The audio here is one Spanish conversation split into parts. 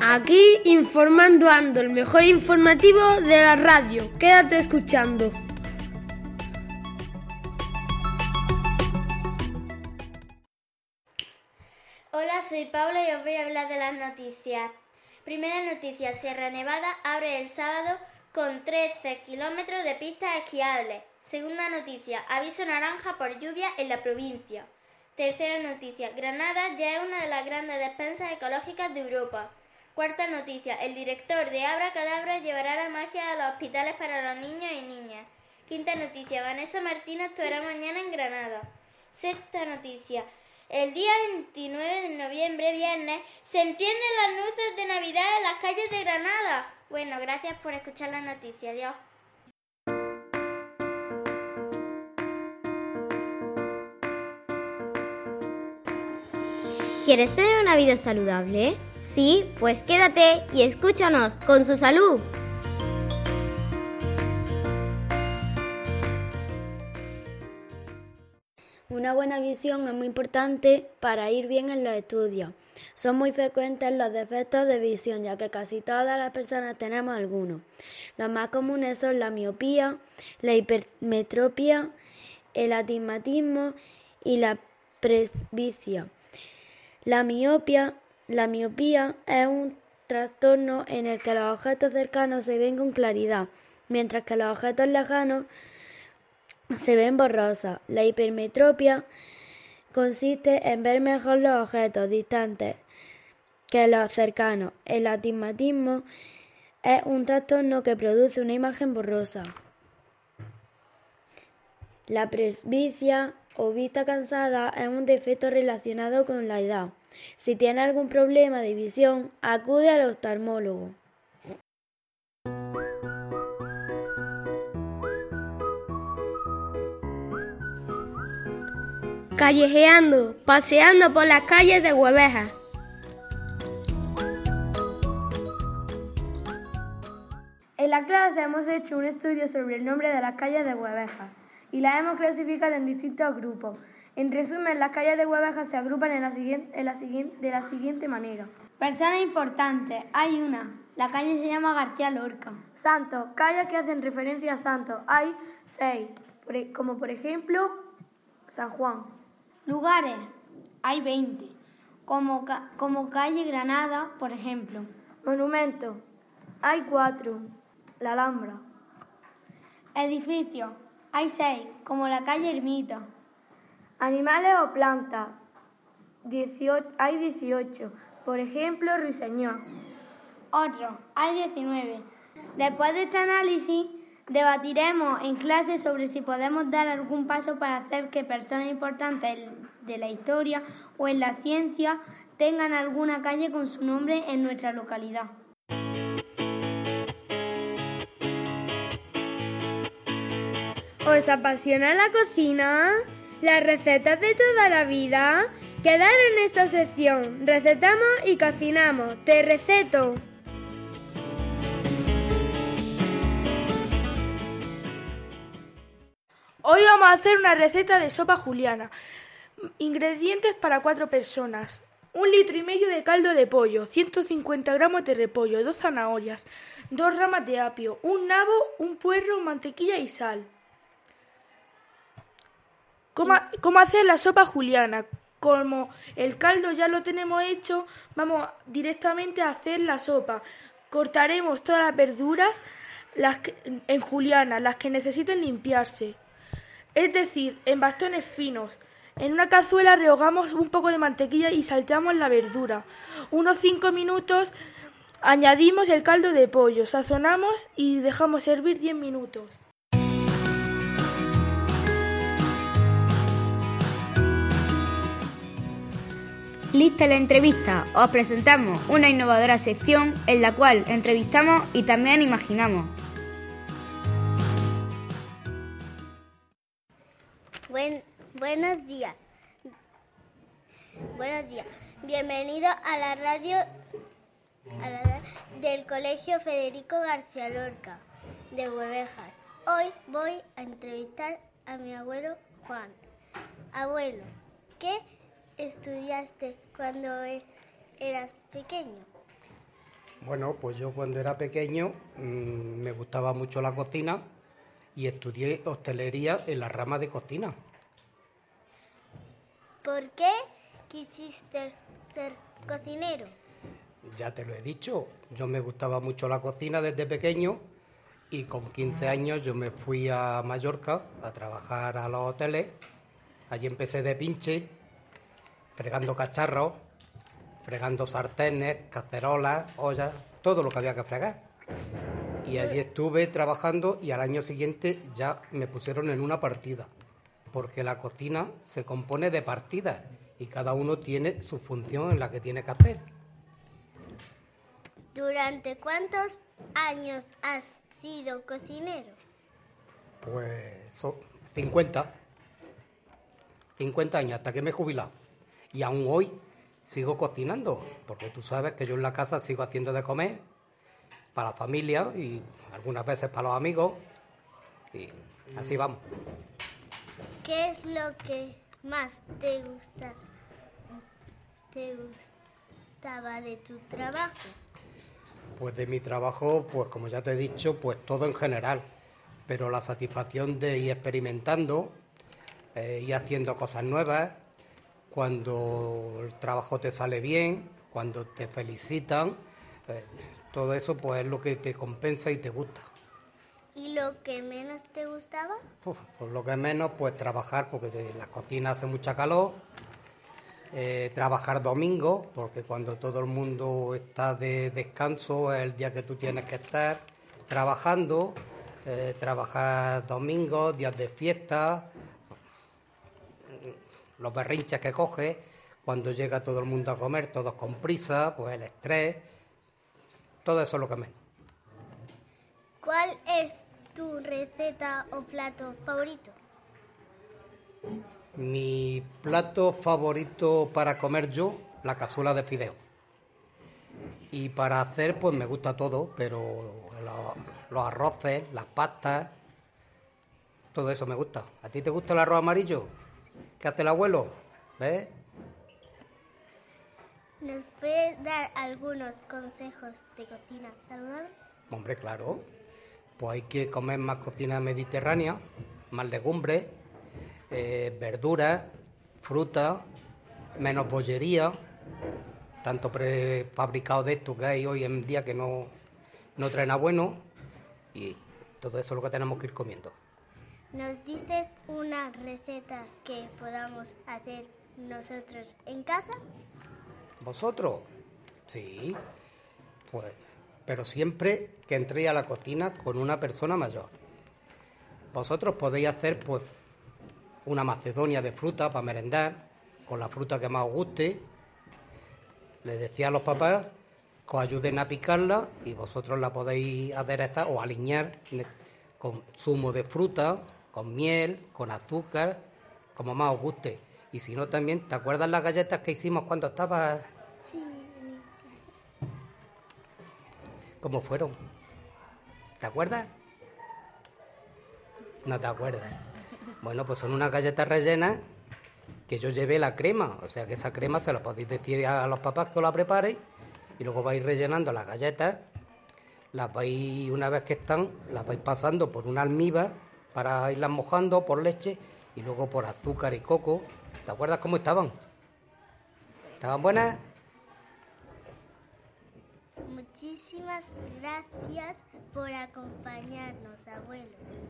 Aquí informando ando, el mejor informativo de la radio. Quédate escuchando. Hola, soy Paula y os voy a hablar de las noticias. Primera noticia, Sierra Nevada abre el sábado con 13 kilómetros de pistas esquiables. Segunda noticia, aviso naranja por lluvia en la provincia. Tercera noticia, Granada ya es una de las grandes despensas ecológicas de Europa. Cuarta noticia, el director de Abracadabra llevará la magia a los hospitales para los niños y niñas. Quinta noticia, Vanessa Martín actuará mañana en Granada. Sexta noticia, el día 29 de noviembre, viernes, se encienden las luces de Navidad en las calles de Granada. Bueno, gracias por escuchar las noticias. Adiós. ¿Quieres tener una vida saludable? Sí, pues quédate y escúchanos con su salud. Una buena visión es muy importante para ir bien en los estudios. Son muy frecuentes los defectos de visión, ya que casi todas las personas tenemos algunos. Los más comunes son la miopía, la hipermetropía, el astigmatismo y la presbicia. La miopía es un trastorno en el que los objetos cercanos se ven con claridad, mientras que los objetos lejanos se ven borrosos. La hipermetropía consiste en ver mejor los objetos distantes que los cercanos. El astigmatismo es un trastorno que produce una imagen borrosa. La presbicia o vista cansada es un defecto relacionado con la edad. Si tiene algún problema de visión, acude al oftalmólogo. Callejeando, paseando por las calles de Huevejas. En la clase hemos hecho un estudio sobre el nombre de las calles de Huevejas y las hemos clasificado en distintos grupos. En resumen, las calles de Huevejas se agrupan de la siguiente manera. Personas importantes. Hay una. La calle se llama García Lorca. Santos. Calles que hacen referencia a santos. Hay 6, como por ejemplo San Juan. Lugares. Hay 20. Como calle Granada, por ejemplo. Monumentos. Hay 4. La Alhambra. Edificios. Hay 6, como la calle Ermita. Animales o plantas. Hay 18. Por ejemplo, Ruiseñor. Otros. Hay 19. Después de este análisis, debatiremos en clase sobre si podemos dar algún paso para hacer que personas importantes de la historia o en la ciencia tengan alguna calle con su nombre en nuestra localidad. ¿Os apasiona la cocina? ¿Las recetas de toda la vida? Quedar en esta sección. Recetamos y cocinamos. ¡Te receto! Hoy vamos a hacer una receta de sopa juliana. Ingredientes para 4 personas. 1,5 litros de caldo de pollo, 150 gramos de repollo, 2 zanahorias, 2 ramas de apio, un nabo, un puerro, mantequilla y sal. ¿Cómo hacer la sopa juliana? Como el caldo ya lo tenemos hecho, vamos directamente a hacer la sopa. Cortaremos todas las verduras en juliana, las que necesiten limpiarse. Es decir, en bastones finos. En una cazuela rehogamos un poco de mantequilla y salteamos la verdura. Unos 5 minutos añadimos el caldo de pollo, sazonamos y dejamos hervir 10 minutos. Lista la entrevista. Os presentamos una innovadora sección en la cual entrevistamos y también imaginamos. Buenos días. Bienvenido a la radio del Colegio Federico García Lorca de Huevejas. Hoy voy a entrevistar a mi abuelo Juan. Abuelo, ¿qué estudiaste cuando eras pequeño? Bueno, pues yo cuando era pequeño me gustaba mucho la cocina y estudié hostelería en la rama de cocina. ¿Por qué quisiste ser cocinero? Ya te lo he dicho, yo me gustaba mucho la cocina desde pequeño y con 15 años yo me fui a Mallorca a trabajar a los hoteles. Allí empecé de pinche, fregando cacharros, fregando sartenes, cacerolas, ollas, todo lo que había que fregar. Y allí estuve trabajando y al año siguiente ya me pusieron en una partida, porque la cocina se compone de partidas y cada uno tiene su función en la que tiene que hacer. ¿Durante cuántos años has sido cocinero? Pues 50 años, hasta que me he jubilado. Y aún hoy sigo cocinando, porque tú sabes que yo en la casa sigo haciendo de comer para la familia y algunas veces para los amigos. Y así vamos. ¿Qué es lo que más te gustaba de tu trabajo? Pues de mi trabajo, pues como ya te he dicho, pues todo en general. Pero la satisfacción de ir experimentando, ir haciendo cosas nuevas, cuando el trabajo te sale bien, cuando te felicitan, todo eso pues es lo que te compensa y te gusta. ¿Y lo que menos te gustaba? Pues lo que menos, pues trabajar, porque en la cocina hace mucha calor, trabajar domingo, porque cuando todo el mundo está de descanso es el día que tú tienes que estar trabajando, trabajar domingos, días de fiesta, los berrinches que coges, cuando llega todo el mundo a comer, todos con prisa, pues el estrés, todo eso es lo que menos. ¿Cuál es tu receta o plato favorito? Mi plato favorito para comer yo, la cazuela de fideo. Y para hacer, pues me gusta todo, pero los arroces, las pastas, todo eso me gusta. ¿A ti te gusta el arroz amarillo? ¿Qué hace el abuelo? ¿Ves? ¿Nos puedes dar algunos consejos de cocina saludable? Hombre, claro. Pues hay que comer más cocina mediterránea, más legumbres, verduras, frutas, menos bollería, tanto prefabricados de estos que hay hoy en día que no traen nada bueno, y todo eso es lo que tenemos que ir comiendo. ¿Nos dices una receta que podamos hacer nosotros en casa? ¿Vosotros? Sí, pues, pero siempre que entréis a la cocina con una persona mayor. Vosotros podéis hacer, pues, una macedonia de fruta para merendar, con la fruta que más os guste. Les decía a los papás que os ayuden a picarla y vosotros la podéis aderezar o aliñar con zumo de fruta, con miel, con azúcar, como más os guste. Y si no, también, ¿te acuerdas las galletas que hicimos cuando estabas? Sí. ¿Cómo fueron? ¿Te acuerdas? No te acuerdas. Bueno, pues son unas galletas rellenas que yo llevé la crema. O sea que esa crema se la podéis decir a los papás que os la preparen y luego vais rellenando las galletas. Las vais, una vez que están, las vais pasando por un almíbar para irlas mojando por leche y luego por azúcar y coco. ¿Te acuerdas cómo estaban? ¿Estaban buenas? Muchísimas gracias por acompañarnos, abuelo.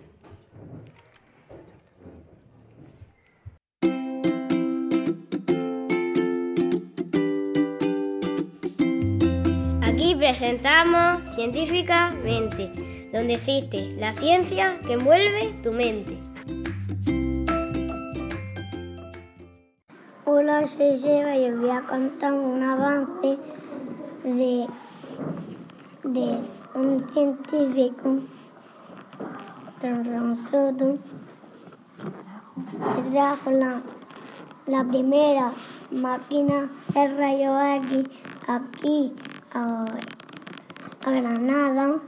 Aquí presentamos Científicamente, donde existe la ciencia que envuelve tu mente. Hola, soy Seba y os voy a contar un avance de un científico Soto que trajo la primera máquina de rayos X aquí a Granada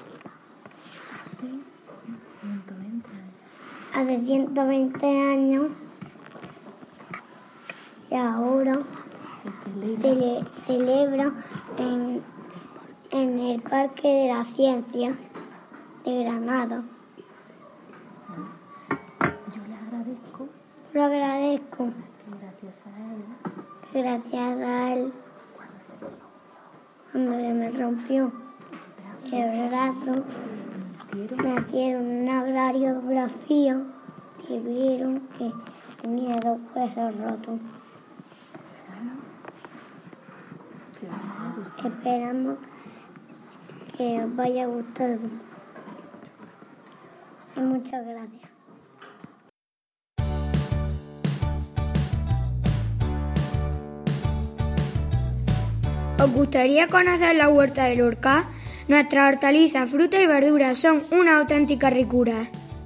hace 120 años y ahora se celebra en el Parque de la Ciencia de Granada. Yo le agradezco. Lo agradezco. Gracias a él. Cuando se me rompió el brazo, me hicieron una radiografía y vieron que tenía 2 huesos rotos. Esperamos que os vaya gustando. Y muchas gracias. ¿Os gustaría conocer la huerta de Lorca? Nuestras hortalizas, frutas y verduras son una auténtica ricura.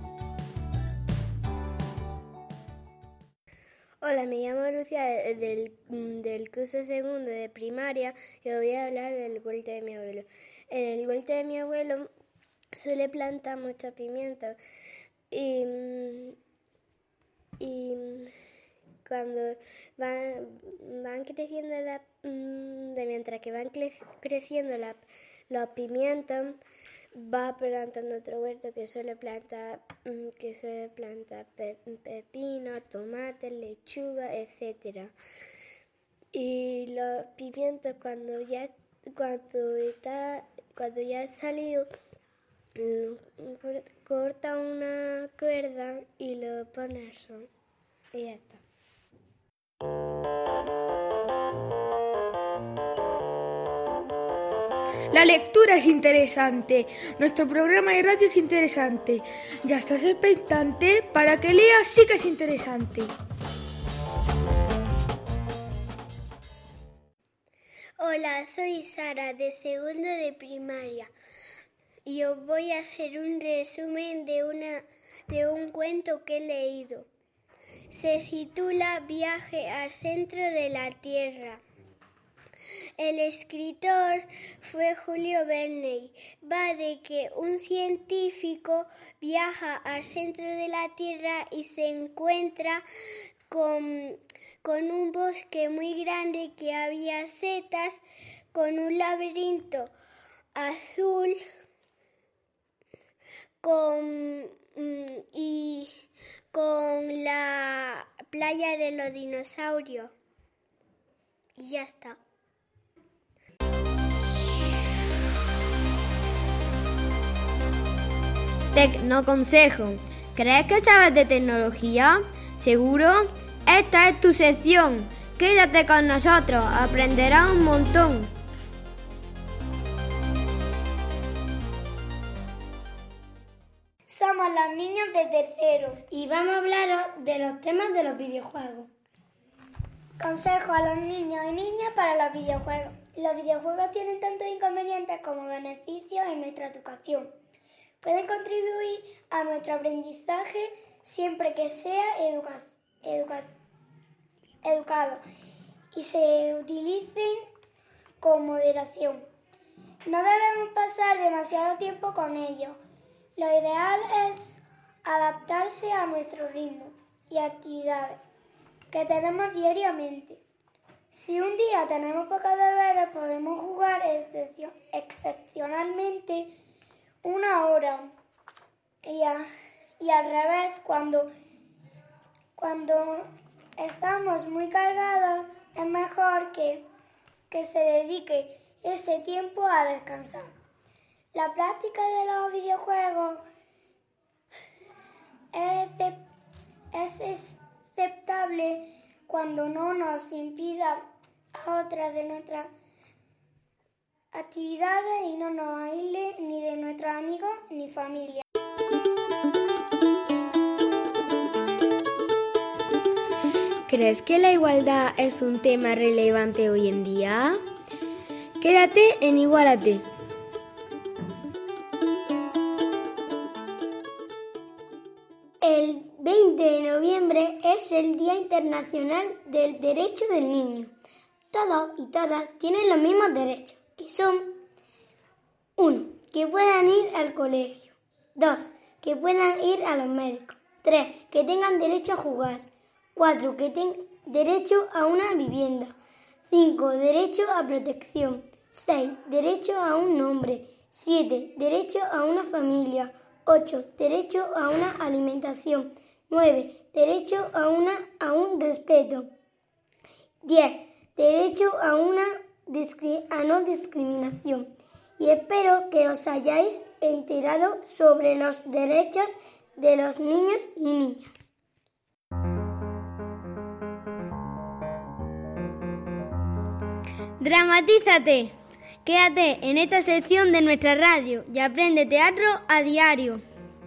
Hola, me llamo Lucia del curso segundo de primaria y os voy a hablar del huerto de mi abuelo. En el huerto de mi abuelo suele plantar muchos pimientos y cuando van creciendo mientras que van creciendo los pimientos, va plantando otro huerto que suele plantar pepino, tomates, lechuga, etcétera. Y los pimientos cuando ya ha salido, corta una cuerda y lo pone al sol y ya está. La lectura es interesante, nuestro programa de radio es interesante. Ya estás expectante, para que leas sí que es interesante. Hola, soy Sara de segundo de primaria y os voy a hacer un resumen de un cuento que he leído. Se titula Viaje al centro de la Tierra. El escritor fue Julio Verne. Va de que un científico viaja al centro de la Tierra y se encuentra con un bosque muy grande que había setas, con un laberinto azul y con la playa de los dinosaurios. Y ya está. Tecnoconsejo. ¿Crees que sabes de tecnología? ¿Seguro? Esta es tu sección. Quédate con nosotros, aprenderás un montón. Somos los niños de tercero y vamos a hablaros de los temas de los videojuegos. Consejo a los niños y niñas para los videojuegos. Los videojuegos tienen tantos inconvenientes como beneficios en nuestra educación. Pueden contribuir a nuestro aprendizaje siempre que sea educado y se utilicen con moderación. No debemos pasar demasiado tiempo con ellos. Lo ideal es adaptarse a nuestro ritmo y actividades que tenemos diariamente. Si un día tenemos pocos deberes, podemos jugar excepcionalmente 1 hora. Y al revés, cuando estamos muy cargados, es mejor que se dedique ese tiempo a descansar. La práctica de los videojuegos es aceptable cuando no nos impida a otras de nuestras actividades y no nos aísle ni de nuestros amigos ni familia. ¿Crees que la igualdad es un tema relevante hoy en día? Quédate en Igualate. El 20 de noviembre es el Día Internacional del Derecho del Niño. Todos y todas tienen los mismos derechos, que son 1. Que puedan ir al colegio. 2. Que puedan ir a los médicos. 3. Que tengan derecho a jugar. 4. Que tengan derecho a una vivienda. 5. Derecho a protección. 6. Derecho a un nombre. 7. Derecho a una familia. 8. Derecho a una alimentación. 9. Derecho a un respeto. 10. Derecho a no discriminación. Y espero que os hayáis enterado sobre los derechos de los niños y niñas. ¡Dramatízate! Quédate en esta sección de nuestra radio y aprende teatro a diario.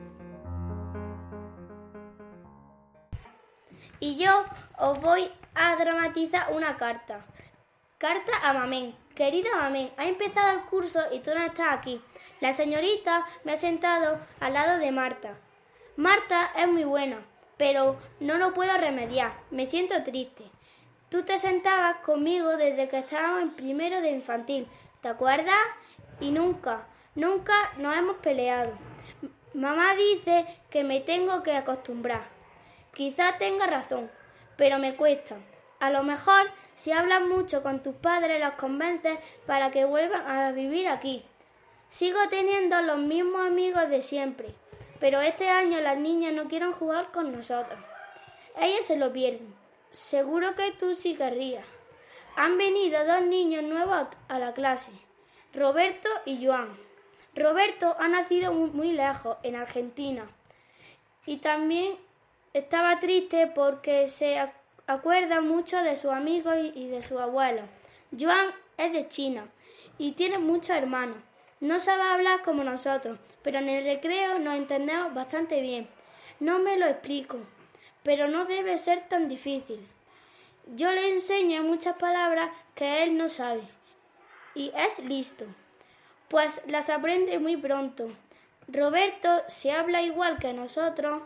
Y yo os voy a dramatizar una carta. Carta a Mamén. Querida Mamén, ha empezado el curso y tú no estás aquí. La señorita me ha sentado al lado de Marta. Marta es muy buena, pero no lo puedo remediar. Me siento triste. Tú te sentabas conmigo desde que estábamos en primero de infantil, ¿te acuerdas? Y nunca nos hemos peleado. Mamá dice que me tengo que acostumbrar. Quizás tenga razón, pero me cuesta. A lo mejor, si hablas mucho con tus padres, los convences para que vuelvan a vivir aquí. Sigo teniendo los mismos amigos de siempre, pero este año las niñas no quieren jugar con nosotros. Ellas se lo pierden. Seguro que tú sí querrías. Han venido 2 niños nuevos a la clase, Roberto y Joan. Roberto ha nacido muy lejos, en Argentina, y también estaba triste porque se acuerda mucho de sus amigos y de su abuelo. Joan es de China y tiene muchos hermanos. No sabe hablar como nosotros, pero en el recreo nos entendemos bastante bien. No me lo explico, pero no debe ser tan difícil. Yo le enseño muchas palabras que él no sabe y es listo, pues las aprende muy pronto. Roberto sí habla igual que nosotros,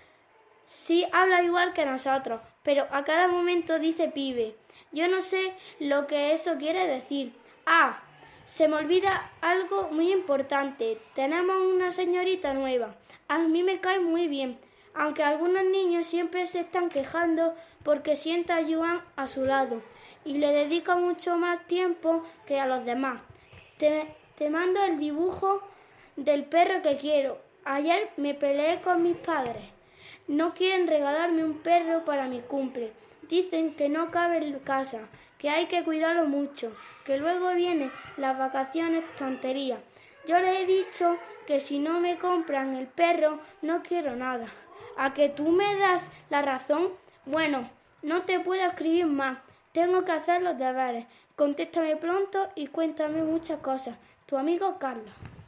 pero a cada momento dice pibe. Yo no sé lo que eso quiere decir. Se me olvida algo muy importante. Tenemos una señorita nueva. A mí me cae muy bien, aunque algunos niños siempre se están quejando porque sienta a Joan a su lado y le dedica mucho más tiempo que a los demás. Te mando el dibujo del perro que quiero. Ayer me peleé con mis padres. No quieren regalarme un perro para mi cumple. Dicen que no cabe en casa, que hay que cuidarlo mucho, que luego vienen las vacaciones, tonterías. Yo les he dicho que si no me compran el perro, no quiero nada. ¿A que tú me das la razón? Bueno, no te puedo escribir más. Tengo que hacer los deberes. Contéstame pronto y cuéntame muchas cosas. Tu amigo Carlos.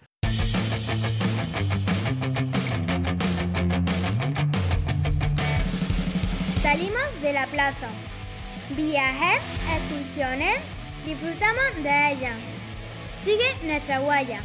Salimos de la plaza. Viajes, excursiones, disfrutamos de ellas. Sigue nuestra huella.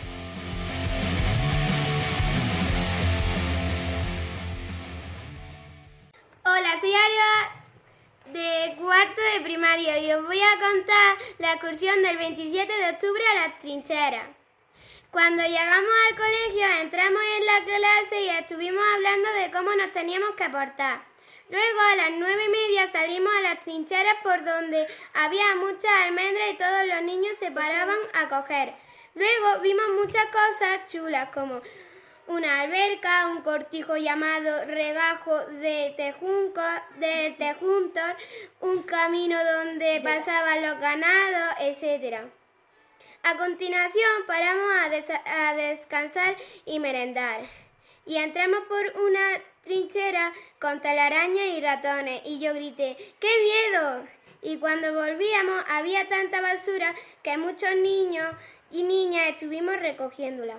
Hola, soy Aria de cuarto de primaria y os voy a contar la excursión del 27 de octubre a las trincheras. Cuando llegamos al colegio entramos en la clase y estuvimos hablando de cómo nos teníamos que portar. Luego a las 9:30 salimos a las trincheras por donde había muchas almendras y todos los niños se paraban a coger. Luego vimos muchas cosas chulas como una alberca, un cortijo llamado regajo de tejuntos, un camino donde pasaban los ganados, etc. A continuación paramos a descansar y merendar. Y entramos por una trinchera con telarañas y ratones y yo grité ¡qué miedo! Y cuando volvíamos había tanta basura que muchos niños y niñas estuvimos recogiéndola.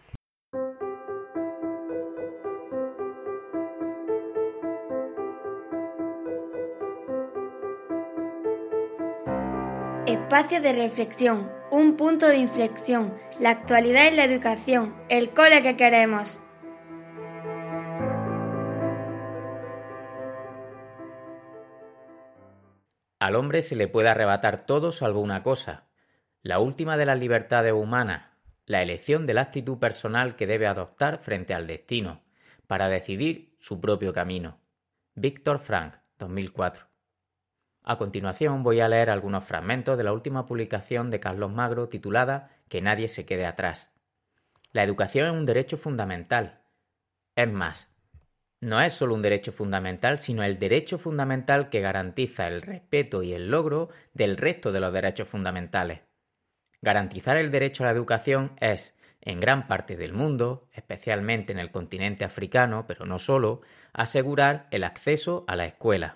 Espacio de reflexión, un punto de inflexión, la actualidad en la educación, el cole que queremos. Al hombre se le puede arrebatar todo salvo una cosa, la última de las libertades humanas, la elección de la actitud personal que debe adoptar frente al destino, para decidir su propio camino. Víctor Frank, 2004. A continuación voy a leer algunos fragmentos de la última publicación de Carlos Magro titulada Que nadie se quede atrás. La educación es un derecho fundamental. Es más, no es solo un derecho fundamental, sino el derecho fundamental que garantiza el respeto y el logro del resto de los derechos fundamentales. Garantizar el derecho a la educación es, en gran parte del mundo, especialmente en el continente africano, pero no solo, asegurar el acceso a la escuela.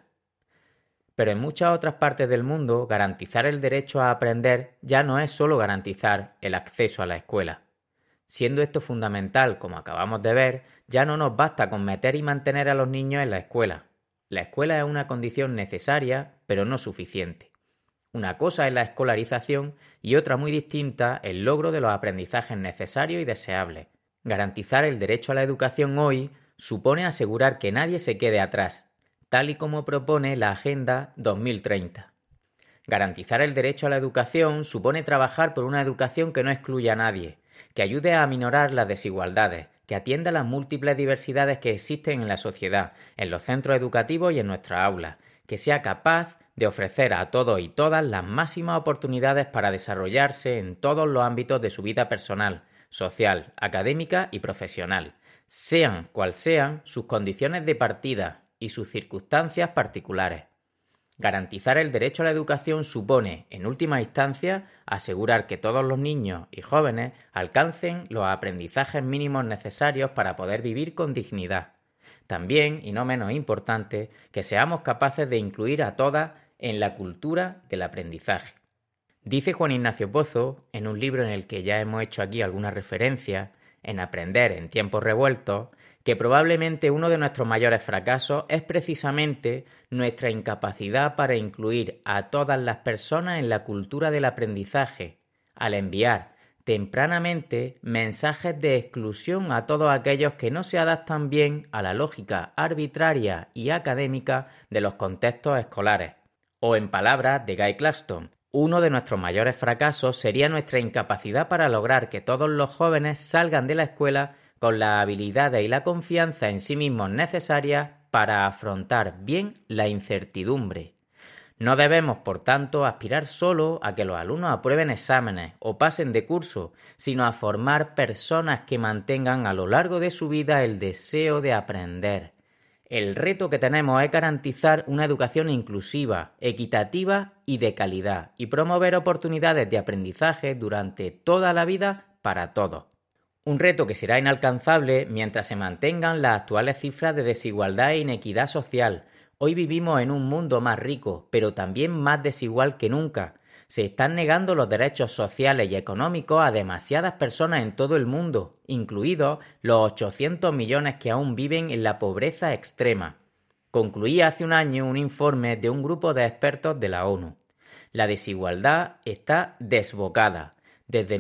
Pero en muchas otras partes del mundo, garantizar el derecho a aprender ya no es solo garantizar el acceso a la escuela. Siendo esto fundamental, como acabamos de ver, ya no nos basta con meter y mantener a los niños en la escuela. La escuela es una condición necesaria, pero no suficiente. Una cosa es la escolarización y otra muy distinta el logro de los aprendizajes necesarios y deseables. Garantizar el derecho a la educación hoy supone asegurar que nadie se quede atrás, tal y como propone la Agenda 2030. Garantizar el derecho a la educación supone trabajar por una educación que no excluya a nadie, que ayude a aminorar las desigualdades, que atienda las múltiples diversidades que existen en la sociedad, en los centros educativos y en nuestras aulas, que sea capaz de ofrecer a todos y todas las máximas oportunidades para desarrollarse en todos los ámbitos de su vida personal, social, académica y profesional, sean cuales sean sus condiciones de partida y sus circunstancias particulares. Garantizar el derecho a la educación supone, en última instancia, asegurar que todos los niños y jóvenes alcancen los aprendizajes mínimos necesarios para poder vivir con dignidad. También, y no menos importante, que seamos capaces de incluir a todas en la cultura del aprendizaje. Dice Juan Ignacio Pozo, en un libro en el que ya hemos hecho aquí alguna referencia, en Aprender en tiempos revueltos, que probablemente uno de nuestros mayores fracasos es precisamente nuestra incapacidad para incluir a todas las personas en la cultura del aprendizaje, al enviar tempranamente mensajes de exclusión a todos aquellos que no se adaptan bien a la lógica arbitraria y académica de los contextos escolares. O en palabras de Guy Claxton, uno de nuestros mayores fracasos sería nuestra incapacidad para lograr que todos los jóvenes salgan de la escuela con las habilidades y la confianza en sí mismos necesarias para afrontar bien la incertidumbre. No debemos, por tanto, aspirar solo a que los alumnos aprueben exámenes o pasen de curso, sino a formar personas que mantengan a lo largo de su vida el deseo de aprender. El reto que tenemos es garantizar una educación inclusiva, equitativa y de calidad, y promover oportunidades de aprendizaje durante toda la vida para todos. Un reto que será inalcanzable mientras se mantengan las actuales cifras de desigualdad e inequidad social. Hoy vivimos en un mundo más rico, pero también más desigual que nunca. Se están negando los derechos sociales y económicos a demasiadas personas en todo el mundo, incluidos los 800 millones que aún viven en la pobreza extrema. Concluía hace un año un informe de un grupo de expertos de la ONU. La desigualdad está desbocada. Desde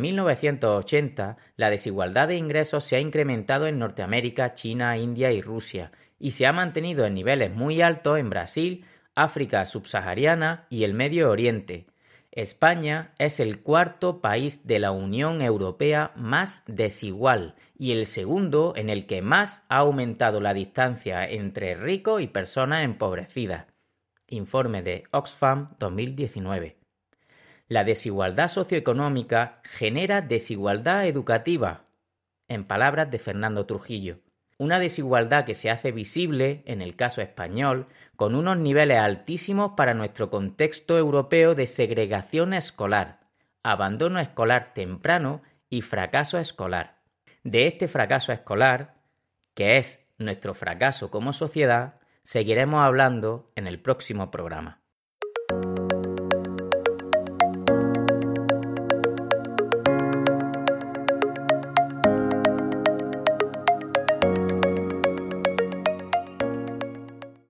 1980, la desigualdad de ingresos se ha incrementado en Norteamérica, China, India y Rusia, y se ha mantenido en niveles muy altos en Brasil, África subsahariana y el Medio Oriente. España es el cuarto país de la Unión Europea más desigual y el segundo en el que más ha aumentado la distancia entre ricos y personas empobrecidas. Informe de Oxfam 2019. La desigualdad socioeconómica genera desigualdad educativa, en palabras de Fernando Trujillo. Una desigualdad que se hace visible, en el caso español, con unos niveles altísimos para nuestro contexto europeo de segregación escolar, abandono escolar temprano y fracaso escolar. De este fracaso escolar, que es nuestro fracaso como sociedad, seguiremos hablando en el próximo programa.